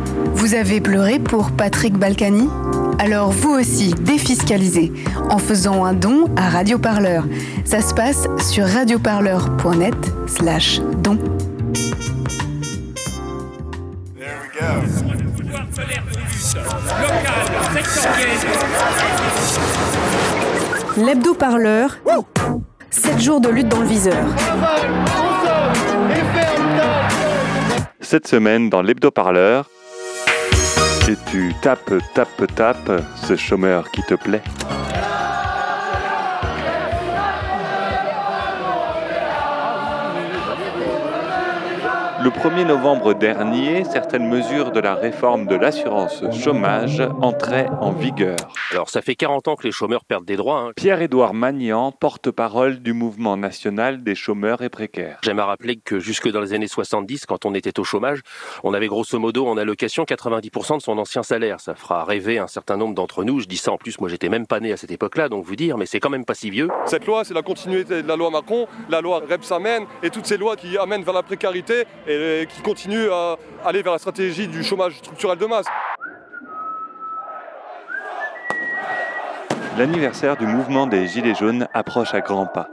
Vous avez pleuré pour Patrick Balkany ? Alors vous aussi, défiscalisez en faisant un don à Radioparleur. Ça se passe sur radioparleur.net/don. L'hebdo-parleur, 7 jours de lutte dans le viseur. Cette semaine dans l'hebdo-parleur, et tu tapes ce chômeur qui te plaît. Le 1er novembre dernier, certaines mesures de la réforme de l'assurance chômage entraient en vigueur. Alors ça fait 40 ans que les chômeurs perdent des droits. Pierre-Édouard Magnan, porte-parole du mouvement national des chômeurs et précaires. J'aime à rappeler que jusque dans les années 70, quand on était au chômage, on avait grosso modo en allocation 90% de son ancien salaire. Ça fera rêver un certain nombre d'entre nous. Je dis ça en plus, moi j'étais même pas né à cette époque-là, donc vous dire, mais c'est quand même pas si vieux. Cette loi, c'est la continuité de la loi Macron, la loi Rebsamen et toutes ces lois qui amènent vers la précarité et qui continuent à aller vers la stratégie du chômage structurel de masse. L'anniversaire du mouvement des Gilets jaunes approche à grands pas.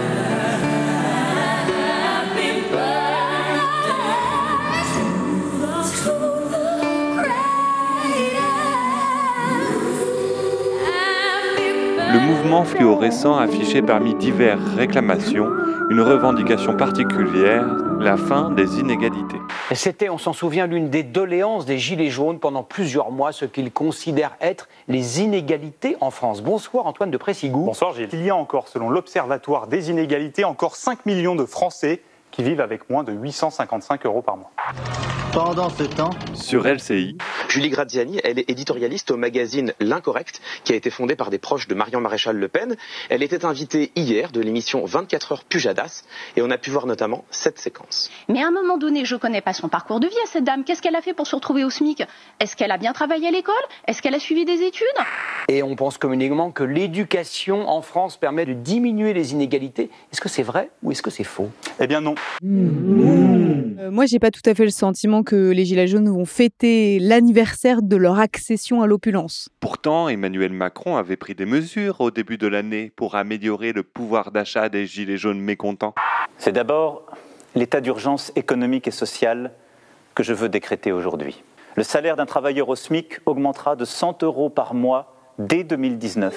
Le mouvement fluorescent affichait parmi diverses réclamations une revendication particulière, la fin des inégalités. C'était, on s'en souvient, l'une des doléances des Gilets jaunes pendant plusieurs mois, ce qu'ils considèrent être les inégalités en France. Bonsoir Antoine de Pressigou. Bonsoir Gilles. Il y a encore, selon l'Observatoire des inégalités, encore 5 millions de Français qui vivent avec moins de 855 € par mois. Pendant ce temps, sur LCI, Julie Graziani, elle est éditorialiste au magazine L'Incorrect, qui a été fondé par des proches de Marion Maréchal Le Pen. Elle était invitée hier de l'émission 24 heures Pujadas, et on a pu voir notamment cette séquence. Mais à un moment donné, je ne connais pas son parcours de vie à cette dame. Qu'est-ce qu'elle a fait pour se retrouver au SMIC ? Est-ce qu'elle a bien travaillé à l'école ? Est-ce qu'elle a suivi des études ? Et on pense communément que l'éducation en France permet de diminuer les inégalités. Est-ce que c'est vrai ou est-ce que c'est faux ? Eh bien non. Moi, j'ai pas tout à fait le sentiment que les Gilets jaunes vont fêter l'anniversaire de leur accession à l'opulence. Pourtant, Emmanuel Macron avait pris des mesures au début de l'année pour améliorer le pouvoir d'achat des Gilets jaunes mécontents. C'est d'abord l'état d'urgence économique et social que je veux décréter aujourd'hui. Le salaire d'un travailleur au SMIC augmentera de 100 € par mois dès 2019.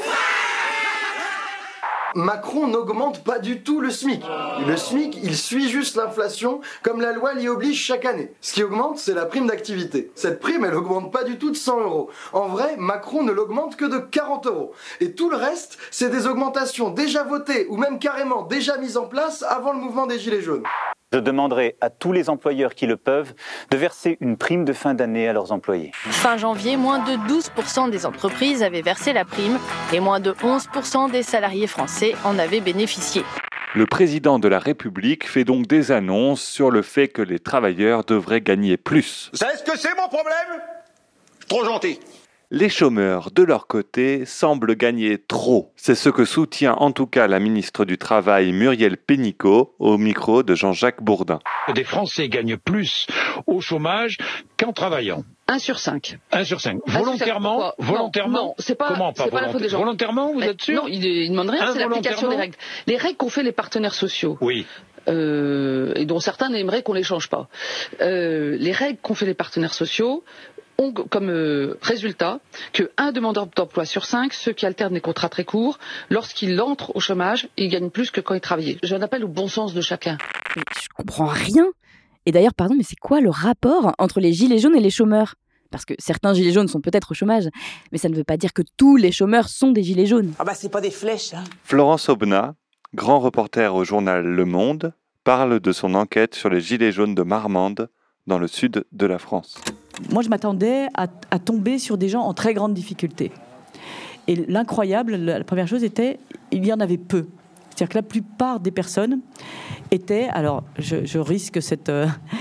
Macron n'augmente pas du tout le SMIC. Le SMIC, il suit juste l'inflation comme la loi l'y oblige chaque année. Ce qui augmente, c'est la prime d'activité. Cette prime, elle augmente pas du tout de 100 €. En vrai, Macron ne l'augmente que de 40 €. Et tout le reste, c'est des augmentations déjà votées ou même carrément déjà mises en place avant le mouvement des Gilets jaunes. Je demanderai à tous les employeurs qui le peuvent de verser une prime de fin d'année à leurs employés. Fin janvier, moins de 12% des entreprises avaient versé la prime et moins de 11% des salariés français en avaient bénéficié. Le président de la République fait donc des annonces sur le fait que les travailleurs devraient gagner plus. Vous savez ce que c'est mon problème ? Trop gentil. Les chômeurs, de leur côté, semblent gagner trop. C'est ce que soutient en tout cas la ministre du Travail Muriel Pénicaud au micro de Jean-Jacques Bourdin. Des Français gagnent plus au chômage qu'en travaillant. 1 sur 5. 1 sur 5. Volontairement ? Volontairement ? Non, c'est pas, comment, c'est pas la faute des gens. Volontairement, vous êtes sûr ? Non, il demande rien, c'est l'application des règles. Les règles qu'ont fait les partenaires sociaux. Oui. Et dont certains aimeraient qu'on les change pas. Les règles qu'ont fait les partenaires sociaux ont comme résultat que 1 demandeur d'emploi sur 5, ceux qui alternent des contrats très courts, lorsqu'ils entrent au chômage, ils gagnent plus que quand ils travaillaient. J'en appelle au bon sens de chacun. Mais je comprends rien. Et d'ailleurs, pardon, mais c'est quoi le rapport entre les gilets jaunes et les chômeurs ? Parce que certains gilets jaunes sont peut-être au chômage, mais ça ne veut pas dire que tous les chômeurs sont des gilets jaunes. Ah bah c'est pas des flèches, hein. Florence Aubenas, grand reporter au journal Le Monde, parle de son enquête sur les gilets jaunes de Marmande, dans le sud de la France. Moi, je m'attendais à tomber sur des gens en très grande difficulté. Et l'incroyable, la première chose était, il y en avait peu. C'est-à-dire que la plupart des personnes étaient, alors je risque cette...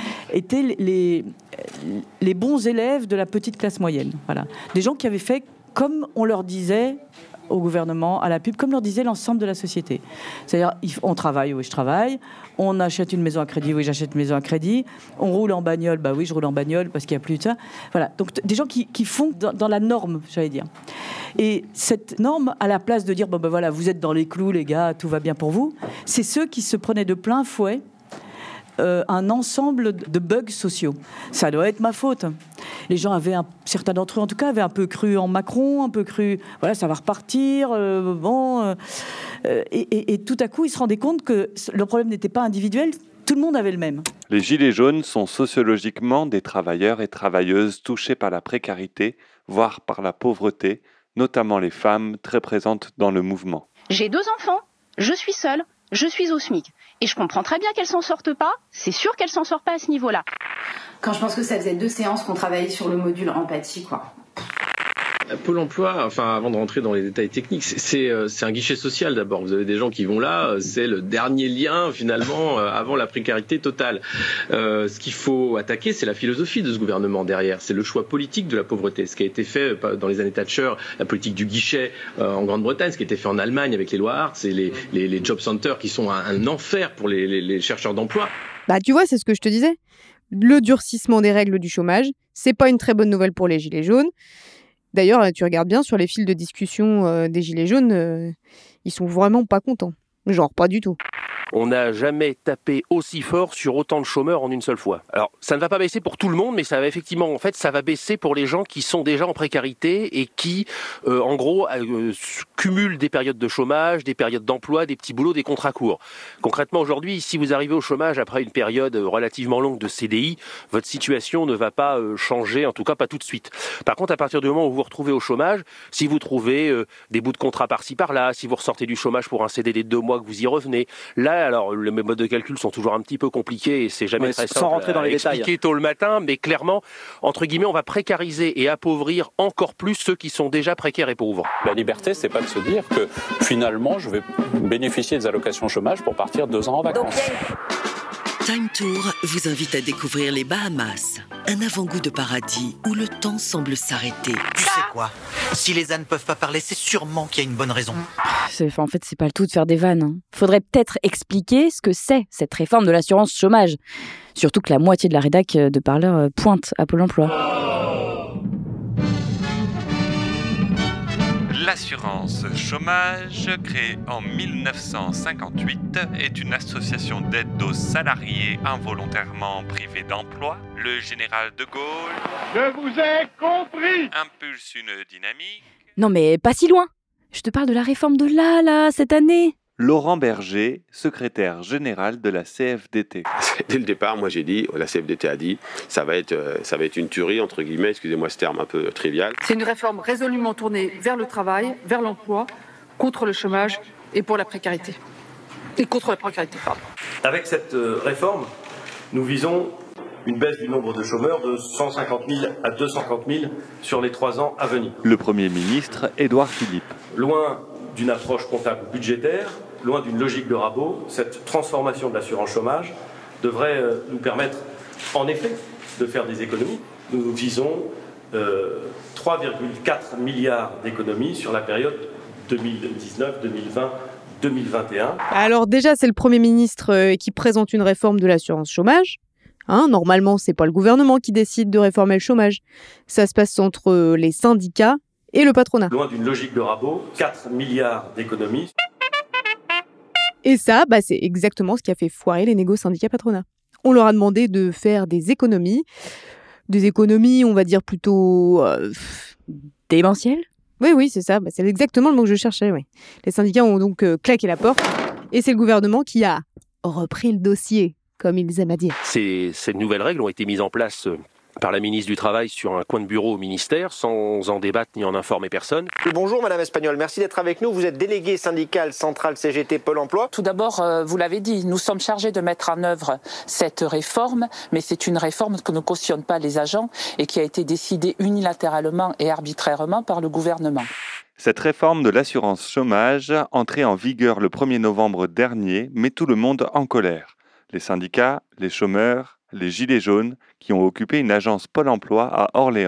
étaient les bons élèves de la petite classe moyenne. Voilà. Des gens qui avaient fait comme on leur disait au gouvernement, à la pub, comme leur disait l'ensemble de la société. C'est-à-dire, on travaille, oui, je travaille. On achète une maison à crédit, oui, j'achète une maison à crédit. On roule en bagnole, bah oui, je roule en bagnole parce qu'il n'y a plus de ça. Voilà, donc des gens qui font dans la norme, j'allais dire. Et cette norme, à la place de dire, bon ben voilà, vous êtes dans les clous, les gars, tout va bien pour vous, c'est ceux qui se prenaient de plein fouet un ensemble de bugs sociaux. Ça doit être ma faute. Les gens certains d'entre eux en tout cas, avaient un peu cru en Macron, un peu cru, voilà, ça va repartir, et tout à coup, ils se rendaient compte que le problème n'était pas individuel, tout le monde avait le même. Les Gilets jaunes sont sociologiquement des travailleurs et travailleuses touchés par la précarité, voire par la pauvreté, notamment les femmes très présentes dans le mouvement. J'ai 2 enfants, je suis seule, je suis au SMIC. Et je comprends très bien qu'elle s'en sorte pas, c'est sûr qu'elle s'en sort pas à ce niveau-là. Quand je pense que ça faisait 2 séances qu'on travaillait sur le module empathie, quoi. Pôle emploi, enfin avant de rentrer dans les détails techniques, c'est un guichet social d'abord. Vous avez des gens qui vont là, c'est le dernier lien finalement avant la précarité totale. Ce qu'il faut attaquer, c'est la philosophie de ce gouvernement derrière. C'est le choix politique de la pauvreté. Ce qui a été fait dans les années Thatcher, la politique du guichet en Grande-Bretagne, ce qui a été fait en Allemagne avec les lois Hartz et les job centers qui sont un enfer pour les chercheurs d'emploi. Bah tu vois, c'est ce que je te disais. Le durcissement des règles du chômage, c'est pas une très bonne nouvelle pour les Gilets jaunes. D'ailleurs, tu regardes bien sur les fils de discussion des Gilets jaunes, ils sont vraiment pas contents. Genre, pas du tout. On n'a jamais tapé aussi fort sur autant de chômeurs en une seule fois. Alors, ça ne va pas baisser pour tout le monde, mais ça va effectivement, en fait, ça va baisser pour les gens qui sont déjà en précarité et qui, en gros, cumulent des périodes de chômage, des périodes d'emploi, des petits boulots, des contrats courts. Concrètement, aujourd'hui, si vous arrivez au chômage après une période relativement longue de CDI, votre situation ne va pas changer, en tout cas pas tout de suite. Par contre, à partir du moment où vous vous retrouvez au chômage, si vous trouvez des bouts de contrat par-ci par-là, si vous ressortez du chômage pour un CDD de 2 mois, que vous y revenez, là, alors les modes de calcul sont toujours un petit peu compliqués et c'est jamais très simple sans rentrer dans les détails. Expliquer tôt le matin, mais clairement, entre guillemets, on va précariser et appauvrir encore plus ceux qui sont déjà précaires et pauvres. La liberté, c'est pas de se dire que finalement, je vais bénéficier des allocations chômage pour partir 2 ans en vacances. Time Tour vous invite à découvrir les Bahamas, un avant-goût de paradis où le temps semble s'arrêter. Tu sais quoi ? Si les ânes peuvent pas parler, c'est sûrement qu'il y a une bonne raison. En fait, c'est pas le tout de faire des vannes. Hein. Faudrait peut-être expliquer ce que c'est, cette réforme de l'assurance chômage. Surtout que la moitié de la rédac de Parleur pointe à Pôle emploi. L'assurance chômage, créée en 1958, est une association d'aide aux salariés involontairement privés d'emploi. Le général de Gaulle, je vous ai compris, impulse une dynamique. Non mais pas si loin. Je te parle de la réforme de là, cette année. Laurent Berger, secrétaire général de la CFDT. Dès le départ, moi j'ai dit, la CFDT a dit, ça va être une tuerie, entre guillemets, excusez-moi ce terme un peu trivial. C'est une réforme résolument tournée vers le travail, vers l'emploi, contre le chômage et pour la précarité. Et contre la précarité, pardon. Avec cette réforme, nous visons une baisse du nombre de chômeurs de 150 000 à 250 000 sur les 3 ans à venir. Le Premier ministre, Édouard Philippe. Loin d'une approche comptable budgétaire, loin d'une logique de rabot, cette transformation de l'assurance chômage devrait nous permettre, en effet, de faire des économies. Nous visons 3,4 milliards d'économies sur la période 2019, 2020, 2021. Alors déjà, c'est le Premier ministre qui présente une réforme de l'assurance chômage. Normalement, c'est pas le gouvernement qui décide de réformer le chômage. Ça se passe entre les syndicats et le patronat. Loin d'une logique de rabot, 4 milliards d'économies. Et ça, c'est exactement ce qui a fait foirer les négos syndicats-patronat. On leur a demandé de faire des économies, on va dire plutôt... démentielles ? Oui, c'est ça, c'est exactement le mot que je cherchais, oui. Les syndicats ont donc claqué la porte, et c'est le gouvernement qui a repris le dossier, comme ils aiment à dire. Ces nouvelles règles ont été mises en place par la ministre du Travail sur un coin de bureau au ministère, sans en débattre ni en informer personne. Bonjour Madame Espagnol, merci d'être avec nous. Vous êtes déléguée syndicale centrale CGT Pôle emploi. Tout d'abord, vous l'avez dit, nous sommes chargés de mettre en œuvre cette réforme, mais c'est une réforme que ne cautionnent pas les agents et qui a été décidée unilatéralement et arbitrairement par le gouvernement. Cette réforme de l'assurance chômage, entrée en vigueur le 1er novembre dernier, met tout le monde en colère. Les syndicats, les chômeurs, les Gilets jaunes qui ont occupé une agence Pôle emploi à Orléans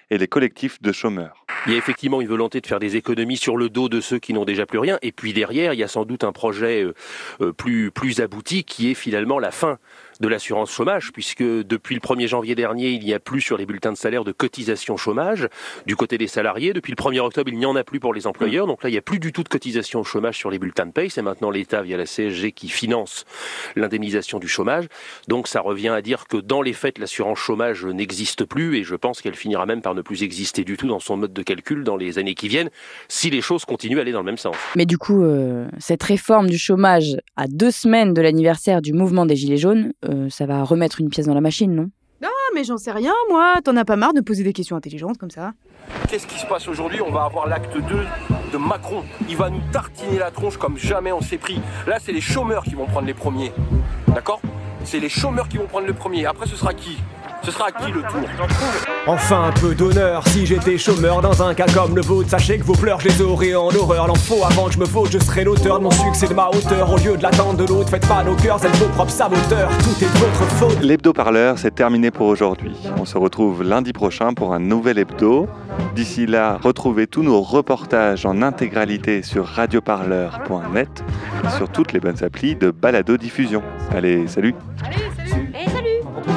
et les collectifs de chômeurs. Il y a effectivement une volonté de faire des économies sur le dos de ceux qui n'ont déjà plus rien. Et puis derrière, il y a sans doute un projet plus abouti qui est finalement la fin de l'assurance chômage, puisque depuis le 1er janvier dernier, il n'y a plus sur les bulletins de salaire de cotisation chômage du côté des salariés. Depuis le 1er octobre, il n'y en a plus pour les employeurs. Donc là, il n'y a plus du tout de cotisation chômage sur les bulletins de paye. C'est maintenant l'État, via la CSG, qui finance l'indemnisation du chômage. Donc ça revient à dire que dans les faits, l'assurance chômage n'existe plus et je pense qu'elle finira même par ne plus exister du tout dans son mode de calcul dans les années qui viennent, si les choses continuent à aller dans le même sens. Mais du coup, cette réforme du chômage à 2 semaines de l'anniversaire du mouvement des Gilets jaunes, ça va remettre une pièce dans la machine, non ? Non, mais j'en sais rien, moi. T'en as pas marre de poser des questions intelligentes comme ça ? Qu'est-ce qui se passe aujourd'hui ? On va avoir l'acte 2 de Macron. Il va nous tartiner la tronche comme jamais on s'est pris. Là, c'est les chômeurs qui vont prendre les premiers. D'accord ? C'est les chômeurs qui vont prendre le premier. Après, ce sera qui ? Ce sera à qui le tour ? Enfin un peu d'honneur, si j'étais chômeur dans un cas comme le vôtre, sachez que vos pleurs je les aurais en horreur. L'enfant avant que je me faute, je serai l'auteur de mon succès, de ma hauteur. Au lieu de l'attente de l'autre, faites pas nos cœurs, êtes vos propres saboteurs, tout est de votre faute. L'hebdo-parleur, c'est terminé pour aujourd'hui. On se retrouve lundi prochain pour un nouvel hebdo. D'ici là, retrouvez tous nos reportages en intégralité sur radioparleur.net et sur toutes les bonnes applis de balado-diffusion. Allez, salut. Allez, salut.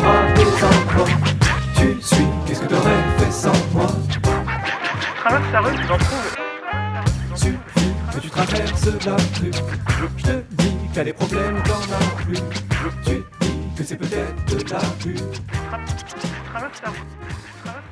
Tu suis, qu'est-ce que t'aurais fait sans moi ? Tu traverses la rue, tu en trouves. Suffit que tu traverses la rue. Je te dis que t'as des problèmes, t'en as plus. Tu dis que c'est peut-être de la rue. Tu traverses la rue.